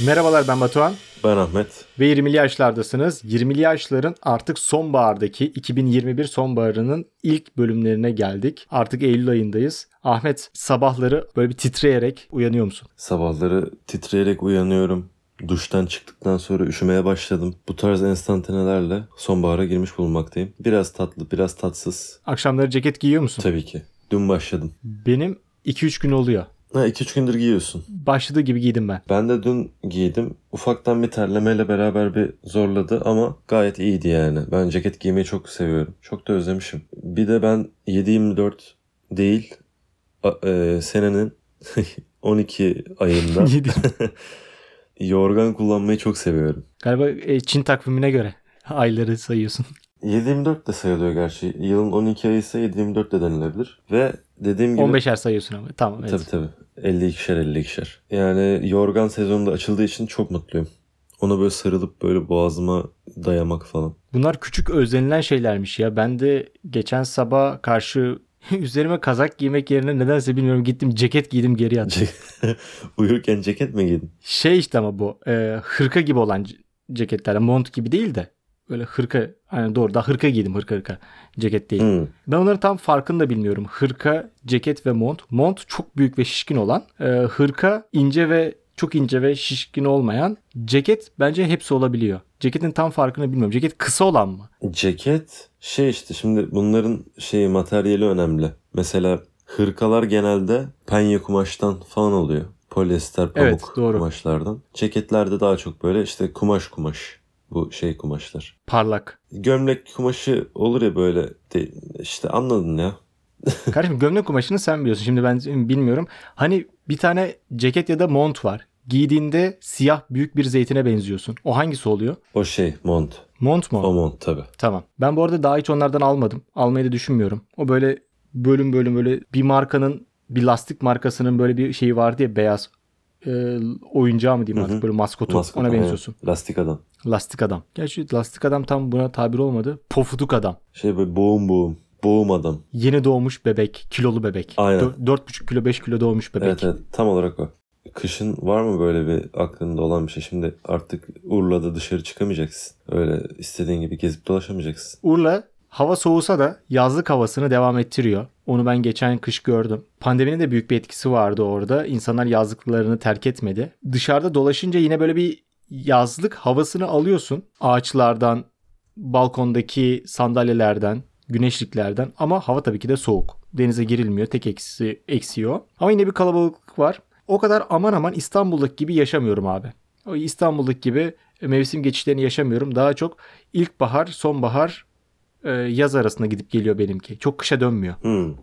Merhabalar, ben Batuhan. Ben Ahmet. Ve 20'li yaşlardasınız. 20'li yaşların artık sonbahardaki 2021 sonbaharının ilk bölümlerine geldik. Artık Eylül ayındayız. Ahmet, sabahları böyle bir titreyerek uyanıyor musun? Sabahları titreyerek uyanıyorum. Duştan çıktıktan sonra üşümeye başladım. Bu tarz enstantanelerle sonbahara girmiş bulunmaktayım. Biraz tatlı, biraz tatsız. Akşamları ceket giyiyor musun? Tabii ki. Dün başladım. Benim 2-3 gün oluyor. 2-3 gündür giyiyorsun. Başladığı gibi giydim ben. Ben de dün giydim. Ufaktan bir terlemeyle beraber bir zorladı ama gayet iyiydi yani. Ben ceket giymeyi çok seviyorum. Çok da özlemişim. Bir de ben 7-24 değil, senenin 12 ayında yorgan kullanmayı çok seviyorum. Galiba Çin takvimine göre ayları sayıyorsun. 7-24 de sayılıyor gerçi. Yılın 12 ayı ise 7-24 de denilebilir. Ve dediğim gibi... 15'er sayıyorsun ama. Tamam, evet. Tabii. 52'şer. Yani yorgan sezonu da açıldığı için çok mutluyum. Ona böyle sarılıp böyle boğazıma dayamak falan. Bunlar küçük özlenilen şeylermiş ya. Ben de geçen sabah karşı üzerime kazak giymek yerine nedense bilmiyorum gittim ceket giydim geri yattım. Uyurken ceket mi giydin? İşte ama bu hırka gibi olan ceketler, mont gibi değil de böyle hırka, hani doğru da hırka giydim, hırka ceket değil. Ben onların tam farkını da bilmiyorum. Hırka, ceket ve mont. Mont çok büyük ve şişkin olan, hırka ince ve çok ince ve şişkin olmayan. Ceket bence hepsi olabiliyor. Ceketin tam farkını bilmiyorum. Ceket kısa olan mı? Ceket işte şimdi bunların materyali önemli. Mesela hırkalar genelde penye kumaştan falan oluyor. Polyester, pamuk, Evet, doğru. Kumaşlardan. Ceketlerde daha çok böyle işte kumaş. Bu kumaşlar. Parlak. Gömlek kumaşı olur ya böyle işte anladın ya. Kardeşim, gömlek kumaşını sen biliyorsun. Şimdi ben bilmiyorum. Hani bir tane ceket ya da mont var. Giydiğinde siyah büyük bir zeytine benziyorsun. O hangisi oluyor? O mont. Mont mu? O mont tabii. Tamam. Ben bu arada daha hiç onlardan almadım. Almayı da düşünmüyorum. O böyle bölüm böyle bir markanın, bir lastik markasının böyle bir şeyi vardı ya, beyaz oyuncağı mı diyeyim artık, böyle maskotu. Ona benziyorsun. Aynen. Lastik adam. Lastik adam. Gerçi lastik adam tam buna tabir olmadı. Pofuduk adam. Böyle boğum. Boğum adam. Yeni doğmuş bebek. Kilolu bebek. Aynen. 4,5 kilo 5 kilo doğmuş bebek. Evet, tam olarak o. Kışın var mı böyle bir aklında olan bir şey? Şimdi artık Urla'da dışarı çıkamayacaksın. Öyle istediğin gibi gezip dolaşamayacaksın. Urla hava soğusa da yazlık havasını devam ettiriyor. Onu ben geçen kış gördüm. Pandeminin de büyük bir etkisi vardı orada. İnsanlar yazlıklarını terk etmedi. Dışarıda dolaşınca yine böyle bir yazlık havasını alıyorsun. Ağaçlardan, balkondaki sandalyelerden, güneşliklerden, ama hava tabii ki de soğuk. Denize girilmiyor. Tek eksiği o. Ama yine bir kalabalık var. O kadar aman İstanbul'daki gibi yaşamıyorum abi. O İstanbul'daki gibi mevsim geçişlerini yaşamıyorum. Daha çok ilkbahar, sonbahar, yaz arasında gidip geliyor benimki. Çok kışa dönmüyor.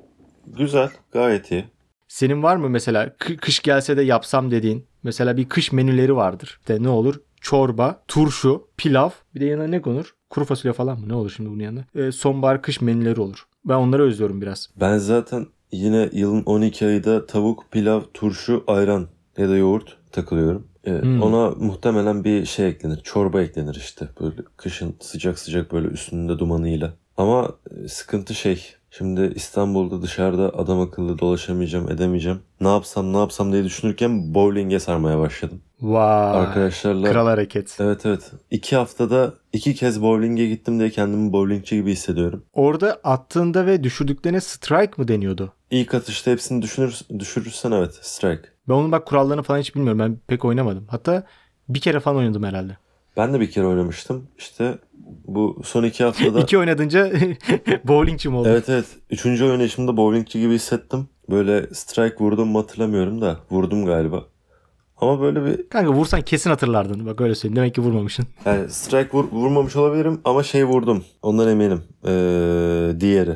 Güzel. Gayet iyi. Senin var mı mesela kış gelse de yapsam dediğin? Mesela bir kış menüleri vardır. İşte ne olur? Çorba, turşu, pilav. Bir de yanına ne konur? Kuru fasulye falan mı? Ne olur şimdi bunun yanında? Sonbahar kış menüleri olur. Ben onları özlüyorum biraz. Ben zaten yine yılın 12 ayında tavuk, pilav, turşu, ayran ya da yoğurt takılıyorum. Ona muhtemelen bir eklenir. Çorba eklenir işte. Böyle kışın sıcak böyle üstünde dumanıyla. Ama sıkıntı şimdi İstanbul'da dışarıda adam akıllı dolaşamayacağım, edemeyeceğim. Ne yapsam diye düşünürken bowling'e sarmaya başladım. Vay. Arkadaşlarla. Kral hareket. Evet. 2 haftada 2 kez bowling'e gittim diye kendimi bowlingçi gibi hissediyorum. Orada attığında ve düşürdüklerine strike mı deniyordu? İlk atışta hepsini düşürürsen evet, strike. Ben onun kurallarını falan hiç bilmiyorum. Ben pek oynamadım. Hatta bir kere falan oynadım herhalde. Ben de bir kere oynamıştım. İşte bu son 2 haftada... 2 oynadınca bowlingçi mi oldun? Evet. 3. oynayışımda bowlingçi gibi hissettim. Böyle strike vurdum mu hatırlamıyorum da. Vurdum galiba. Ama böyle bir... Kanka vursan kesin hatırlardın. Bak öyle söyleyeyim. Demek ki vurmamışsın. Yani strike vurmamış olabilirim ama vurdum. Ondan eminim. Diğeri.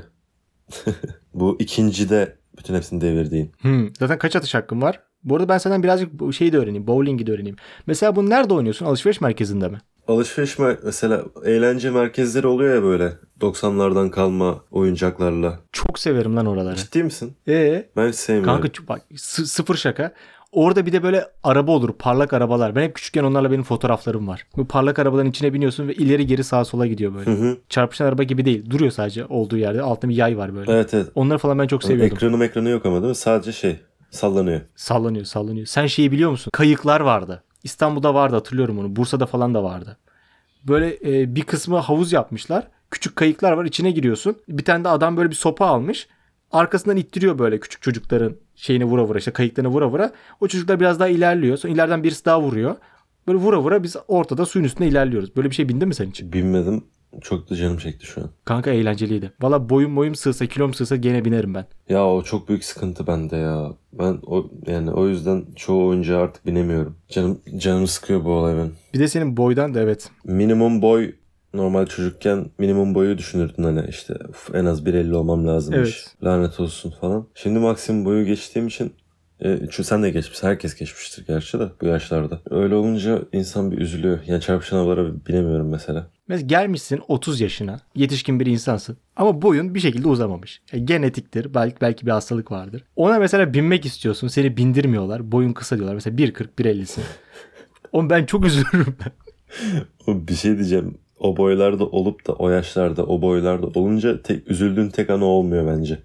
Bu ikincide bütün hepsini devirdiğin. Zaten kaç atış hakkın var? Bu arada ben senden birazcık de öğreneyim. Bowling'i de öğreneyim. Mesela bunu nerede oynuyorsun? Alışveriş merkezinde mi? Mesela eğlence merkezleri oluyor ya böyle 90'lardan kalma oyuncaklarla. Çok severim lan oraları. Ciddi misin? Ben hiç sevmiyorum. Kanka bak, sıfır şaka. Orada bir de böyle araba olur. Parlak arabalar. Ben hep küçükken onlarla benim fotoğraflarım var. Bu parlak arabaların içine biniyorsun ve ileri geri sağa sola gidiyor böyle. Çarpışan araba gibi değil. Duruyor sadece olduğu yerde. Altında bir yay var böyle. Evet. Onları falan ben çok seviyordum. Ekranı yok ama değil mi? Sadece sallanıyor. Sallanıyor. Sen şeyi biliyor musun? Kayıklar vardı. İstanbul'da vardı, hatırlıyorum onu. Bursa'da falan da vardı. Böyle bir kısmı havuz yapmışlar. Küçük kayıklar var, içine giriyorsun. Bir tane de adam böyle bir sopa almış. Arkasından ittiriyor böyle küçük çocukların şeyini vura vura, işte kayıklarını vura vura. O çocuklar biraz daha ilerliyor. Sonra ileriden birisi daha vuruyor. Böyle vura vura biz ortada suyun üstünde ilerliyoruz. Böyle bir şey bindin mi sen hiç? Binmedim. Çok da canım çekti şu an. Kanka eğlenceliydi. Valla boyum sığsa, kilom sığsa gene binerim ben. Ya o çok büyük sıkıntı bende ya. Ben o yüzden çoğu oyuncağa artık binemiyorum. Canım sıkıyor bu olay benim. Bir de senin boydan da evet. Minimum boy, normal çocukken minimum boyu düşünürdün hani işte en az 1.50 olmam lazımmış. Evet. Lanet olsun falan. Şimdi maksimum boyu geçtiğim için çünkü sen de geçmiş. Herkes geçmiştir gerçi de bu yaşlarda. Öyle olunca insan bir üzülüyor. Yani çarpışan havalara binemiyorum mesela. Mesela gelmişsin 30 yaşına, yetişkin bir insansın ama boyun bir şekilde uzamamış. Genetiktir, belki bir hastalık vardır. Ona mesela binmek istiyorsun, seni bindirmiyorlar, boyun kısa diyorlar. Mesela 1.40, 1.50'sin. Oğlum ben çok üzülürüm ben. Bir şey diyeceğim. O boylarda olup da o yaşlarda o boylarda olunca üzüldüğün tek an o olmuyor bence.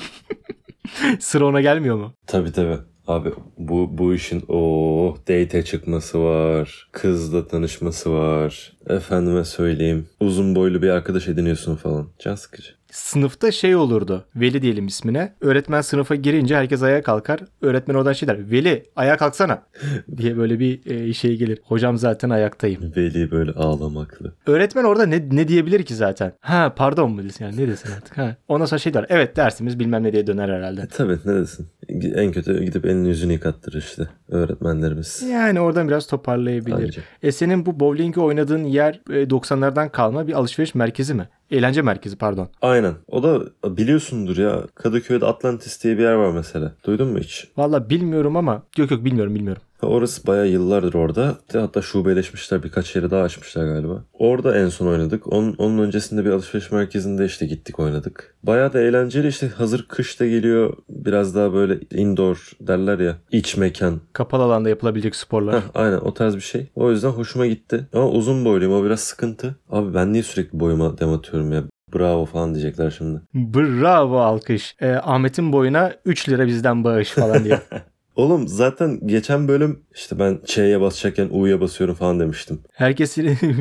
Sıra ona gelmiyor mu? Tabii. Abi bu işin date çıkması var. Kızla tanışması var. Efendime söyleyeyim. Uzun boylu bir arkadaş ediniyorsun falan. Can sıkıcı. Sınıfta şey olurdu. Veli diyelim ismine. Öğretmen sınıfa girince herkes ayağa kalkar. Öğretmen oradan şey der. Veli ayağa kalksana diye böyle bir şey gelir. Hocam zaten ayaktayım. Veli böyle ağlamaklı. Öğretmen orada ne diyebilir ki zaten? Ha pardon mu desin yani, ne desin artık? Ha. Ondan sonra şey der. Evet dersimiz bilmem ne diye döner herhalde. Tabii ne desin. En kötü gidip elini yüzünü yıkattırır işte öğretmenlerimiz. Yani oradan biraz toparlayabilir. Senin bu bowling'i oynadığın yer 90'lardan kalma bir alışveriş merkezi mi? Eğlence merkezi pardon. Aynen. O da biliyorsundur ya. Kadıköy'de Atlantis diye bir yer var mesela. Duydun mu hiç? Valla bilmiyorum ama. Yok bilmiyorum. Orası bayağı yıllardır orada. Hatta şubeleşmişler. Birkaç yeri daha açmışlar galiba. Orada en son oynadık. Onun öncesinde bir alışveriş merkezinde işte gittik oynadık. Bayağı da eğlenceli işte. Hazır kış da geliyor. Biraz daha böyle indoor derler ya. İç mekan. Kapalı alanda yapılabilecek sporlar. Aynen o tarz bir şey. O yüzden hoşuma gitti. Ama uzun boyluyum. O biraz sıkıntı. Abi ben niye sürekli boyuma dem atıyorum ya? Bravo falan diyecekler şimdi. Bravo alkış. Ahmet'in boyuna 3 lira bizden bağış falan diye. Oğlum zaten geçen bölüm işte ben Ç'ye basacakken U'ya basıyorum falan demiştim. Herkes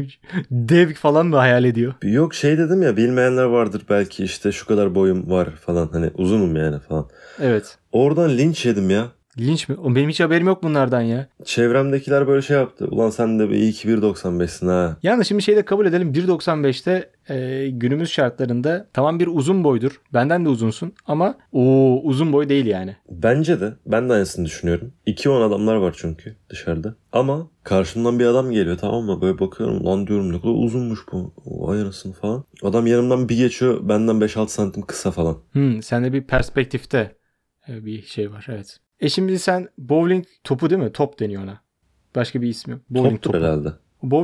dev falan mı hayal ediyor? Yok şey dedim ya, bilmeyenler vardır belki işte şu kadar boyum var falan, hani uzunum yani falan. Evet. Oradan linç yedim ya. Linç mi? Benim hiç haberim yok bunlardan ya. Çevremdekiler böyle şey yaptı. Ulan sen de bir iyi ki 1.95'sin ha. Yani şimdi şeyde kabul edelim, 1.95'te günümüz şartlarında tamam bir uzun boydur. Benden de uzunsun ama uzun boy değil yani. Bence de. Ben de aynısını düşünüyorum. 2.10 adamlar var çünkü dışarıda. Ama karşımdan bir adam geliyor, tamam mı? Böyle bakıyorum, lan diyorum ne kadar uzunmuş bu. Vay anasını falan. Adam yanımdan bir geçiyor, benden 5-6 santim kısa falan. Sende bir perspektifte bir şey var, evet. Şimdi sen bowling topu değil mi? Top deniyor ona. Başka bir ismi yok. Bowling Toptur topu. herhalde.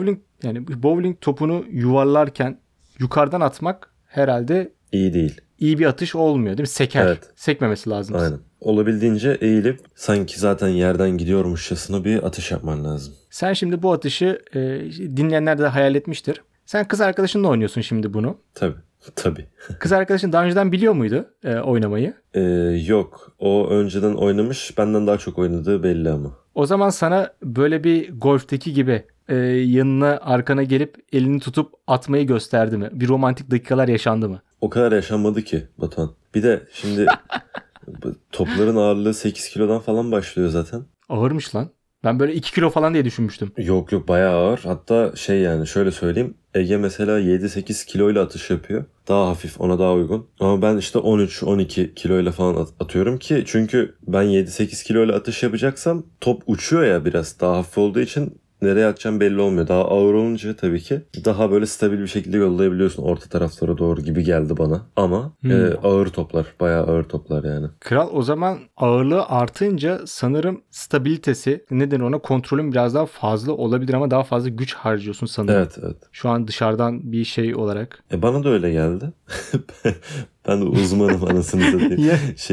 Bowling topunu yuvarlarken yukarıdan atmak herhalde İyi değil. iyi bir atış olmuyor değil mi? Seker. Evet. Sekmemesi lazım. Aynen. Olabildiğince eğilip sanki zaten yerden gidiyormuşçasına bir atış yapman lazım. Sen şimdi bu atışı dinleyenler de hayal etmiştir. Sen kız arkadaşınla oynuyorsun şimdi bunu. Tabii. Kız arkadaşın daha önceden biliyor muydu oynamayı? Yok. O önceden oynamış. Benden daha çok oynadığı belli ama. O zaman sana böyle bir golfteki gibi yanına arkana gelip elini tutup atmayı gösterdi mi? Bir romantik dakikalar yaşandı mı? O kadar yaşanmadı ki Batuhan. Bir de şimdi topların ağırlığı 8 kilodan falan başlıyor zaten. Ağırmış lan. Ben böyle 2 kilo falan diye düşünmüştüm. Yok bayağı ağır. Hatta şey yani şöyle söyleyeyim. Ege mesela 7-8 kiloyla atış yapıyor. Daha hafif, ona daha uygun. Ama ben işte 13-12 kiloyla falan atıyorum ki. Çünkü ben 7-8 kiloyla atış yapacaksam top uçuyor ya, biraz daha hafif olduğu için nereye atacağım belli olmuyor. Daha ağır olunca tabii ki daha böyle stabil bir şekilde yollayabiliyorsun orta taraflara doğru gibi geldi bana. Ama ağır toplar, bayağı ağır toplar yani. Kral, o zaman ağırlığı artınca sanırım stabilitesi, neden ona, kontrolün biraz daha fazla olabilir ama daha fazla güç harcıyorsun sanırım. Evet. Şu an dışarıdan bir şey olarak. Bana da öyle geldi. Ben de uzmanım anasını satayım.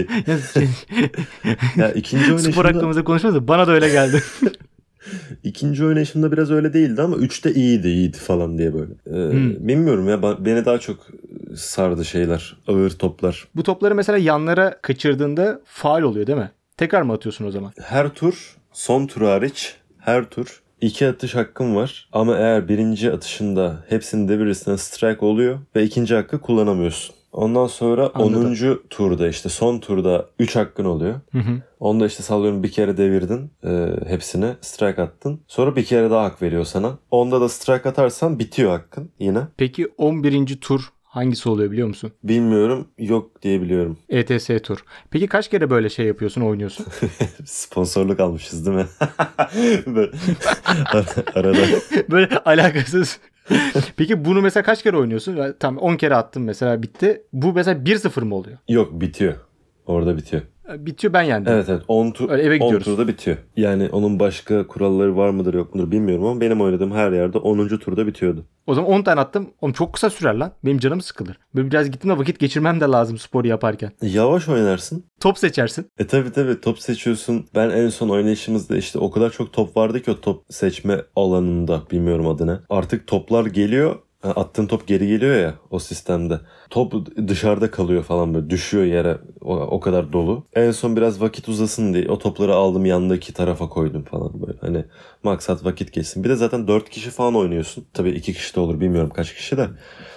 Ya ikinci oynayışımda... Spor hakkımızda konuşuyoruz da bana da öyle geldi. İkinci oynayışımda biraz öyle değildi ama 3'te iyiydi falan diye böyle. Bilmiyorum ya, beni daha çok sardı şeyler, ağır toplar. Bu topları mesela yanlara kaçırdığında faul oluyor değil mi? Tekrar mı atıyorsun o zaman? Her tur, son tur hariç her tur 2 atış hakkın var ama eğer birinci atışında hepsini devirirsen strike oluyor ve ikinci hakkı kullanamıyorsun. Ondan sonra Anladım. 10. turda işte son turda 3 hakkın oluyor. Hı hı. Onda işte sallıyorum bir kere devirdin hepsine strike attın. Sonra bir kere daha hak veriyor sana. Onda da strike atarsan bitiyor hakkın yine. Peki 11. tur hangisi oluyor biliyor musun? Bilmiyorum, yok diyebiliyorum. ETS tur. Peki kaç kere böyle şey yapıyorsun, oynuyorsun? Sponsorluk almışız değil mi? Böyle arada. Böyle alakasız. Peki bunu mesela kaç kere oynuyorsun? Ya, tamam 10 kere attım mesela, bitti. Bu mesela 1-0 mı oluyor? Yok, bitiyor. Orada bitiyor. Bitiyor, ben yendim. Evet evet, 10 Öyle eve gidiyoruz. turda bitiyor. Yani onun başka kuralları var mıdır yok mudur bilmiyorum ama benim oynadığım her yerde 10. turda bitiyordu. O zaman 10 tane attım. Oğlum çok kısa sürer lan. Benim canım sıkılır. Böyle biraz gittim de vakit geçirmem de lazım spor yaparken. Yavaş oynarsın. Top seçersin. Tabii top seçiyorsun. Ben en son oynayışımızda işte o kadar çok top vardı ki o top seçme alanında, bilmiyorum adını. Artık toplar geliyor. Attığın top geri geliyor ya o sistemde. Top dışarıda kalıyor falan, böyle düşüyor yere, o kadar dolu. En son biraz vakit uzasın diye o topları aldım, yandaki tarafa koydum falan böyle. Hani maksat vakit geçsin. Bir de zaten 4 kişi falan oynuyorsun. Tabii 2 kişi de olur, bilmiyorum kaç kişi de.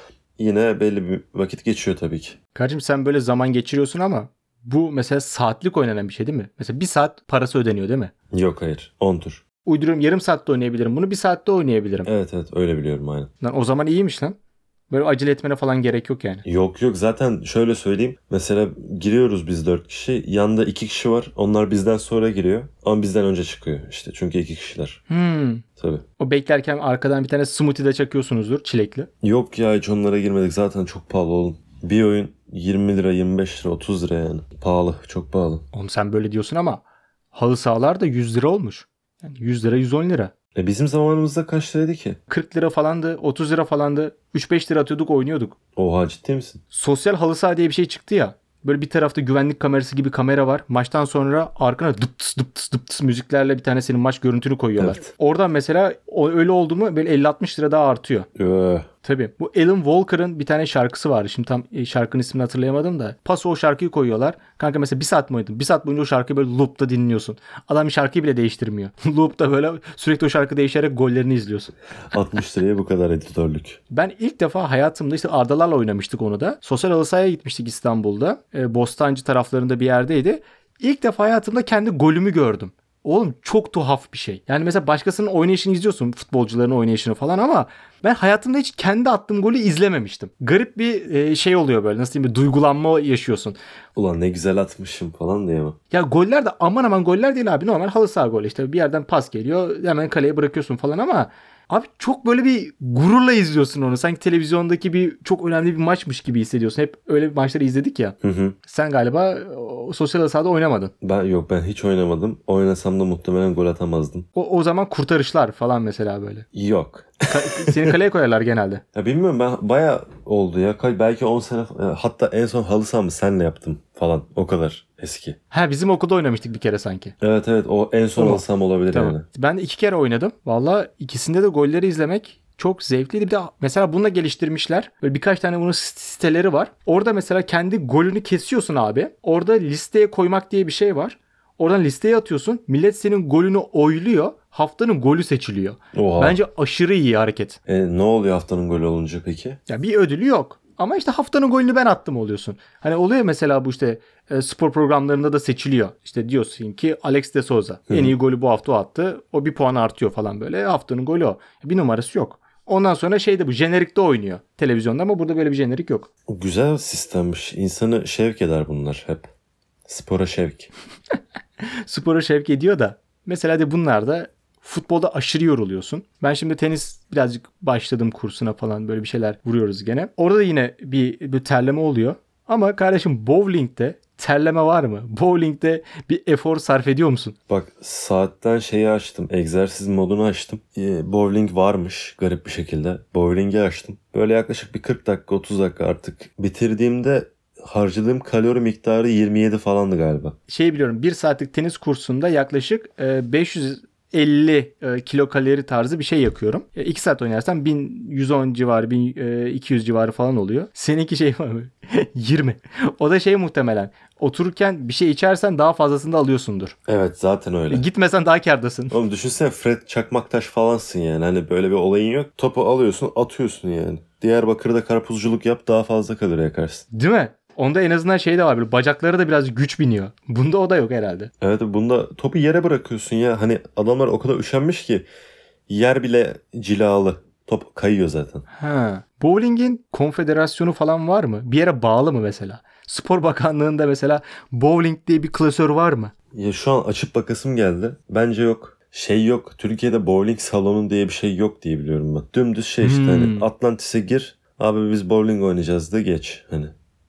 Yine belli bir vakit geçiyor tabii ki. Kardeşim sen böyle zaman geçiriyorsun ama bu mesela saatlik oynanan bir şey değil mi? Mesela 1 saat parası ödeniyor değil mi? Yok, hayır, 10 tur. Uyduruyorum, yarım saatte oynayabilirim. Bunu 1 saatte oynayabilirim. Evet öyle biliyorum, aynen. Lan o zaman iyiymiş lan. Böyle acele etmene falan gerek yok yani. Yok zaten şöyle söyleyeyim. Mesela giriyoruz biz 4 kişi. Yanında 2 kişi var. Onlar bizden sonra giriyor. Ama bizden önce çıkıyor işte. Çünkü 2 kişiler. Tabii. O beklerken arkadan bir tane smoothie de çakıyorsunuzdur, çilekli. Yok ya, hiç onlara girmedik. Zaten çok pahalı oğlum. Bir oyun 20 lira, 25 lira, 30 lira yani. Pahalı. Çok pahalı. Oğlum sen böyle diyorsun ama halı sahalar da 100 lira olmuş. Yani 100 lira, 110 lira. Bizim zamanımızda kaç liraydı ki? 40 lira falandı, 30 lira falandı. 3-5 lira atıyorduk, oynuyorduk. Oha, ciddi misin? Sosyal halı saha diye bir şey çıktı ya. Böyle bir tarafta güvenlik kamerası gibi kamera var. Maçtan sonra arkana dıptıs dıptıs dıptıs müziklerle bir tane senin maç görüntünü koyuyorlar. Evet. Oradan mesela öyle oldu mu böyle 50-60 lira daha artıyor. Tabii. Bu Alan Walker'ın bir tane şarkısı vardı. Şimdi tam şarkının ismini hatırlayamadım da. Paso o şarkıyı koyuyorlar. Kanka mesela 1 saat mi oynadın? 1 saat boyunca o şarkıyı böyle loop'ta dinliyorsun. Adam şarkıyı bile değiştirmiyor. Loop'ta böyle sürekli o şarkı değişerek gollerini izliyorsun. 60 liraya bu kadar editörlük. Ben ilk defa hayatımda işte Ardalarla oynamıştık onu da. Sosyal halı sahaya gitmiştik İstanbul'da. Bostancı taraflarında bir yerdeydi. İlk defa hayatımda kendi golümü gördüm. Oğlum çok tuhaf bir şey. Yani mesela başkasının oynayışını izliyorsun, futbolcuların oynayışını falan, ama ben hayatımda hiç kendi attığım golü izlememiştim. Garip bir şey oluyor böyle, nasıl diyeyim, bir duygulanma yaşıyorsun. Ulan ne güzel atmışım falan diye mi? Ya goller de aman aman goller değil abi, normal halı saha golü. İşte bir yerden pas geliyor, hemen kaleye bırakıyorsun falan, ama abi çok böyle bir gururla izliyorsun onu. Sanki televizyondaki bir çok önemli bir maçmış gibi hissediyorsun. Hep öyle bir maçları izledik ya. Sen galiba o sosyal halı sahada oynamadın. Ben hiç oynamadım. Oynasam da muhtemelen gol atamazdım. O zaman kurtarışlar falan mesela böyle. Yok. Seni kaleye koyarlar genelde. Ya bilmiyorum, ben bayağı oldu ya. Belki 10 sene, hatta en son halı sahamı senle yaptım falan. O kadar eski. Ha, bizim okulda oynamıştık bir kere sanki. Evet o en son Tamam. halı saham olabilir Tamam. yani. Ben de 2 kere oynadım. Valla ikisinde de golleri izlemek çok zevkliydi. Bir de mesela bununla geliştirmişler. Böyle birkaç tane bunun siteleri var. Orada mesela kendi golünü kesiyorsun abi. Orada listeye koymak diye bir şey var. Oradan listeye atıyorsun. Millet senin golünü oyluyor. Haftanın golü seçiliyor. Oha. Bence aşırı iyi hareket. Ne oluyor haftanın golü olunca peki? Ya bir ödülü yok. Ama işte haftanın golünü ben attım oluyorsun. Hani oluyor mesela bu işte spor programlarında da seçiliyor. İşte diyorsun ki Alex de Souza en iyi golü bu hafta o attı. O 1 puan artıyor falan böyle. Haftanın golü o. Bir numarası yok. Ondan sonra şeyde bu jenerikte oynuyor televizyonda, ama burada böyle bir jenerik yok. Güzel sistemmiş. İnsanı şevk eder bunlar hep. Spora şevk. Spora şevk ediyor da mesela de bunlarda futbolda aşırı yoruluyorsun. Ben şimdi tenis birazcık başladım kursuna falan, böyle bir şeyler vuruyoruz gene. Orada da yine bir terleme oluyor. Ama kardeşim bowling'de terleme var mı? Bowling'de bir efor sarf ediyor musun? Bak, saatten şeyi açtım. Egzersiz modunu açtım. Bowling varmış garip bir şekilde. Bowling'i açtım. Böyle yaklaşık bir 40 dakika 30 dakika artık. Bitirdiğimde harcadığım kalori miktarı 27 falandı galiba. Biliyorum, 1 saatlik tenis kursunda yaklaşık 500 50 kilokalori tarzı bir şey yakıyorum. 2 saat oynarsan 1110 civarı, 1200 civarı falan oluyor. Seninki şey var mı? 20. O da şey muhtemelen. Otururken bir şey içersen daha fazlasını da alıyorsundur. Evet zaten öyle. Gitmesen daha kârdasın. Oğlum düşünsene Fred Çakmaktaş falansın yani. Hani böyle bir olayın yok. Topu alıyorsun atıyorsun yani. Diyarbakır'da karpuzculuk yap daha fazla kalori yakarsın. Değil mi? Onda en azından şey de var. Böyle bacakları da biraz güç biniyor. Bunda o da yok herhalde. Evet bunda topu yere bırakıyorsun ya. Hani adamlar o kadar üşenmiş ki yer bile cilalı. Top kayıyor zaten. Ha. Bowling'in konfederasyonu falan var mı? Bir yere bağlı mı mesela? Spor Bakanlığı'nda mesela bowling diye bir klasör var mı? Ya şu an açıp bakasım geldi. Bence yok. Şey yok. Türkiye'de bowling salonu diye bir şey yok diye biliyorum ben. Dümdüz şey işte hani Atlantis'e gir. Abi biz bowling oynayacağız da geç. Hani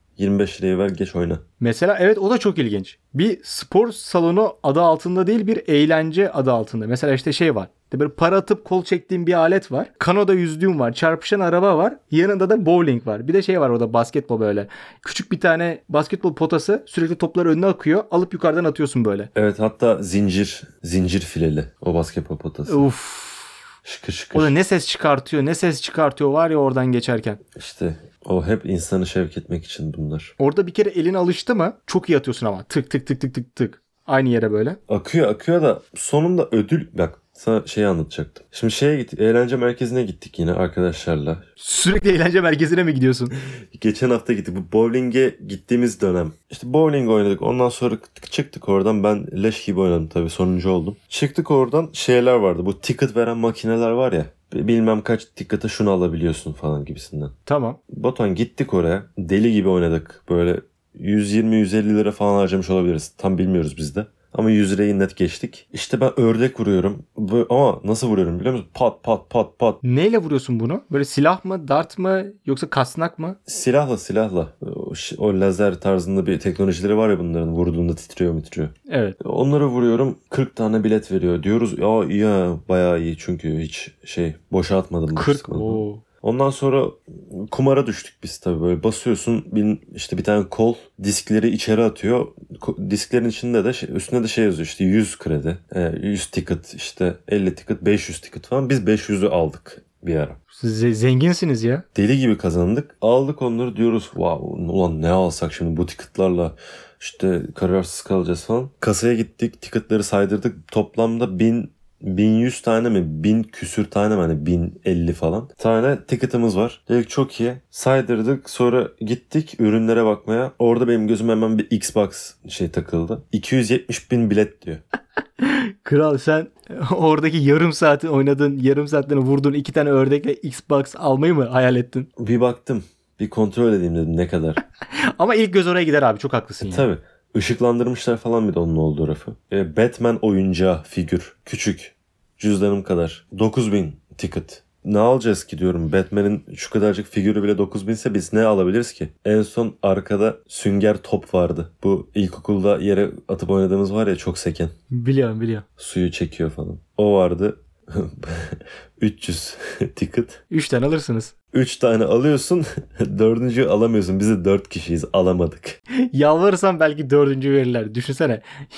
25 liraya ver geç oyna. Mesela evet, o da çok ilginç. Bir spor salonu adı altında değil, bir eğlence adı altında. Mesela işte şey var. İşte böyle para atıp kol çektiğim bir alet var. Kanoda yüzdüğüm var. Çarpışan araba var. Yanında da bowling var. Bir de şey var, o da basketbol böyle. Küçük bir tane basketbol potası, sürekli toplar önüne akıyor. Alıp yukarıdan atıyorsun böyle. Evet hatta zincir fileli o basketbol potası. Uf. Şıkır şıkır. O da ne ses çıkartıyor var ya oradan geçerken. İşte o hep insanı şevk etmek için bunlar. Orada bir kere elin alıştı mı çok iyi atıyorsun ama. Tık tık tık tık tık tık. Aynı yere böyle. Akıyor da sonunda ödül bak sana şeyi anlatacaktım. Şimdi şeye gittik eğlence merkezine gittik yine arkadaşlarla. Sürekli eğlence merkezine mi gidiyorsun? Geçen hafta gittik bu bowling'e gittiğimiz dönem. İşte bowling oynadık ondan sonra çıktık oradan ben leş gibi oynadım tabii sonuncu oldum. Çıktık oradan şeyler vardı bu ticket veren makineler var ya. Bilmem kaç ticket'a şunu alabiliyorsun falan gibisinden. Tamam. Batuhan gittik oraya. Deli gibi oynadık. Böyle 120-150 lira falan harcamış olabiliriz. Tam bilmiyoruz biz de. Ama 100 lirayı net geçtik. İşte ben ördek vuruyorum. Ama nasıl vuruyorum biliyor musun? Pat pat pat pat. Neyle vuruyorsun bunu? Böyle silah mı, dart mı, yoksa kasnak mı? Silahla. O lazer tarzında bir teknolojileri var ya bunların. Vurduğunda titriyor. Evet. Onları vuruyorum. 40 tane bilet veriyor. Diyoruz ya iyi ya bayağı iyi. Çünkü hiç boşa atmadım. 40. Oo. Ondan sonra kumara düştük biz tabii böyle basıyorsun işte bir tane kol diskleri içeri atıyor. Disklerin içinde de üstünde de şey yazıyor işte 100 kredi, 100 ticket işte 50 ticket 500 ticket falan biz 500'ü aldık bir ara. Siz zenginsiniz ya. Deli gibi kazandık. Aldık onları diyoruz wow ulan ne alsak şimdi bu ticketlarla işte kararsız kalacağız falan. Kasaya gittik ticketları saydırdık toplamda 1100 tane mi? 1000 küsür tane mi? Hani 1050 falan. Tane ticket'ımız var. Dedik çok iyi. Saydırdık. Sonra gittik ürünlere bakmaya. Orada benim gözüme hemen bir Xbox takıldı. 270 bin bilet diyor. Kral, sen oradaki yarım saati oynadın, yarım saatlerini vurdun, 2 tane ördekle Xbox almayı mı hayal ettin? Bir baktım. Bir kontrol edeyim dedim ne kadar. Ama ilk göz oraya gider abi, çok haklısın ya. Tabii. Işıklandırmışlar falan bir de onun olduğu rafı. Batman oyuncağı figür. Küçük. Cüzdanım kadar. 9000 ticket. Ne alacağız ki diyorum. Batman'in şu kadarcık figürü bile 9000 ise biz ne alabiliriz ki? En son arkada sünger top vardı. Bu ilkokulda yere atıp oynadığımız var ya çok seken. Biliyorum. Suyu çekiyor falan. O vardı. 300 ticket. 3 tane alırsınız. 3 tane alıyorsun. 4'üncüyü alamıyorsun. Biz de 4 kişiyiz. Alamadık. Yalvarırsan belki 4. verirler. Düşünsene.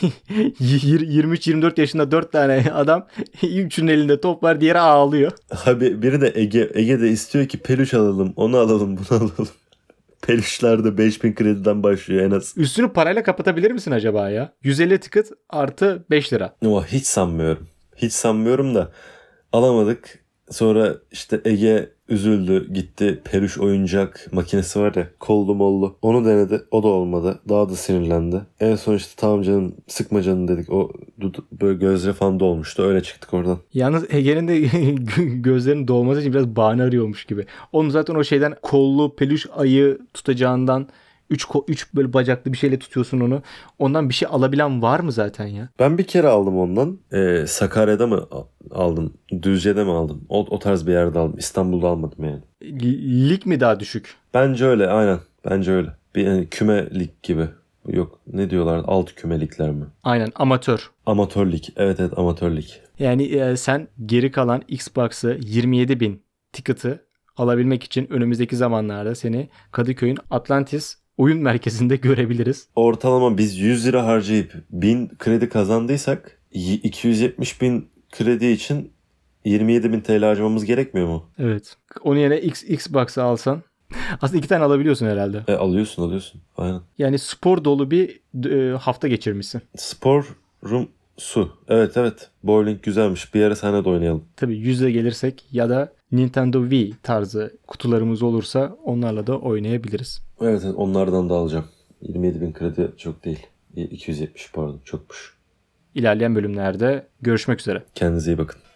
23-24 yaşında 4 tane adam. Üçünün elinde top var. Diğeri ağlıyor. Abi biri de Ege. Ege de istiyor ki peluş alalım. Onu alalım bunu alalım. Peluşlar da 5000 krediden başlıyor en az. Üstünü parayla kapatabilir misin acaba ya? 150 ticket artı 5 lira. Ama hiç sanmıyorum. Hiç sanmıyorum da alamadık. Sonra işte Ege üzüldü gitti peluş oyuncak makinesi var ya kollu mollu onu denedi o da olmadı daha da sinirlendi. En son işte tamam canım sıkma canım dedik o böyle gözleri falan dolmuştu öyle çıktık oradan. Yalnız Ege'nin de gözlerinin dolması için biraz bahane arıyormuş gibi. Onun zaten o şeyden kollu peluş ayı tutacağından 3 böyle bacaklı bir şeyle tutuyorsun onu. Ondan bir şey alabilen var mı zaten ya? Ben bir kere aldım ondan. Sakarya'da mı aldım? Düzce'de mi aldım? O tarz bir yerde aldım. İstanbul'da almadım yani. Lig mi daha düşük? Bence öyle aynen. Bence öyle. Bir yani küme lig gibi. Yok ne diyorlar? Alt küme ligler mi? Aynen, amatör. Amatör lig. Evet amatör lig. Yani sen geri kalan Xbox'ı 27.000 ticket'ı alabilmek için önümüzdeki zamanlarda seni Kadıköy'ün Atlantis oyun merkezinde görebiliriz. Ortalama biz 100 lira harcayıp 1000 kredi kazandıysak 270 bin kredi için 27.000 TL harcamamız gerekmiyor mu? Evet. Onun yerine Xbox'ı alsan aslında 2 tane alabiliyorsun herhalde. Alıyorsun. Aynen. Yani spor dolu bir hafta geçirmişsin. Sporum su. Evet. Bowling güzelmiş. Bir ara seninle de oynayalım. Tabii yüzle gelirsek ya da Nintendo Wii tarzı kutularımız olursa onlarla da oynayabiliriz. Evet, onlardan da alacağım. 27.000 kredi çok değil. 270 pardon, çokmuş. İlerleyen bölümlerde görüşmek üzere. Kendinize iyi bakın.